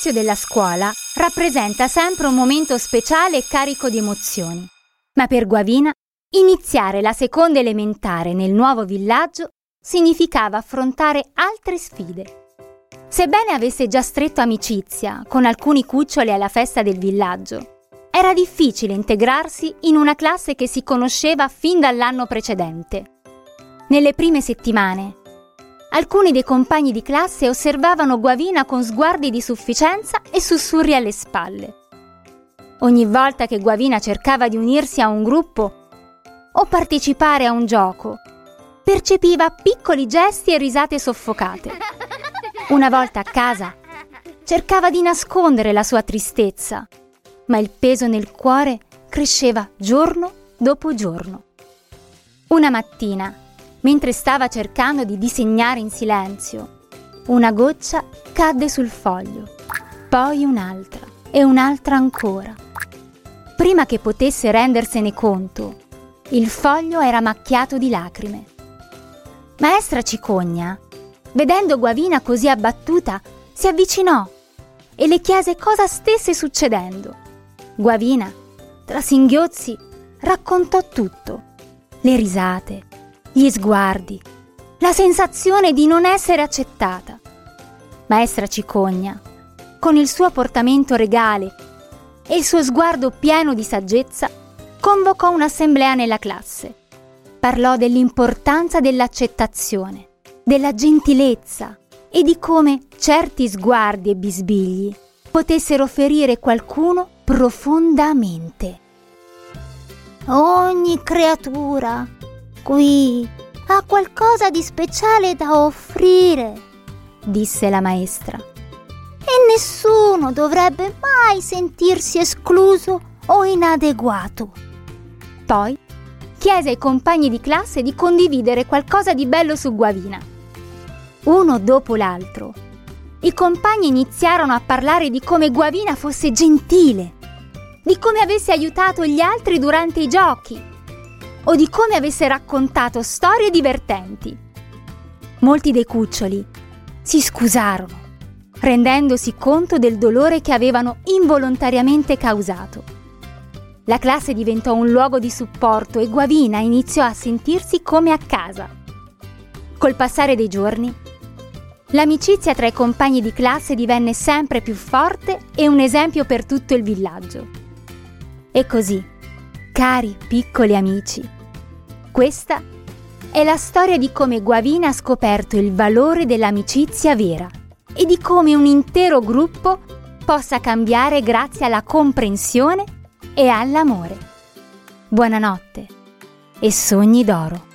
L'inizio della scuola rappresenta sempre un momento speciale e carico di emozioni. Ma per Guavina, iniziare la seconda elementare nel nuovo villaggio significava affrontare altre sfide. Sebbene avesse già stretto amicizia con alcuni cuccioli alla festa del villaggio, era difficile integrarsi in una classe che si conosceva fin dall'anno precedente. Nelle prime settimane, alcuni dei compagni di classe osservavano Guavina con sguardi di sufficienza e sussurri alle spalle. Ogni volta che Guavina cercava di unirsi a un gruppo o partecipare a un gioco, percepiva piccoli gesti e risate soffocate. Una volta a casa, cercava di nascondere la sua tristezza, ma il peso nel cuore cresceva giorno dopo giorno. Una mattina, mentre stava cercando di disegnare in silenzio, una goccia cadde sul foglio, poi un'altra e un'altra ancora. Prima che potesse rendersene conto, il foglio era macchiato di lacrime. Maestra Cicogna, vedendo Guavina così abbattuta, si avvicinò e le chiese cosa stesse succedendo. Guavina, tra singhiozzi, raccontò tutto: le risate, gli sguardi, la sensazione di non essere accettata. Maestra Cicogna, con il suo portamento regale e il suo sguardo pieno di saggezza, convocò un'assemblea nella classe. Parlò dell'importanza dell'accettazione, della gentilezza e di come certi sguardi e bisbigli potessero ferire qualcuno profondamente. Ogni creatura qui ha qualcosa di speciale da offrire, disse la maestra. E nessuno dovrebbe mai sentirsi escluso o inadeguato. Poi chiese ai compagni di classe di condividere qualcosa di bello su Guavina. Uno dopo l'altro, i compagni iniziarono a parlare di come Guavina fosse gentile, di come avesse aiutato gli altri durante i giochi o di come avesse raccontato storie divertenti. Molti dei cuccioli si scusarono, rendendosi conto del dolore che avevano involontariamente causato. La classe diventò un luogo di supporto e Guavina iniziò a sentirsi come a casa. Col passare dei giorni, l'amicizia tra i compagni di classe divenne sempre più forte e un esempio per tutto il villaggio. E così, cari piccoli amici, questa è la storia di come Guavina ha scoperto il valore dell'amicizia vera e di come un intero gruppo possa cambiare grazie alla comprensione e all'amore. Buonanotte e sogni d'oro.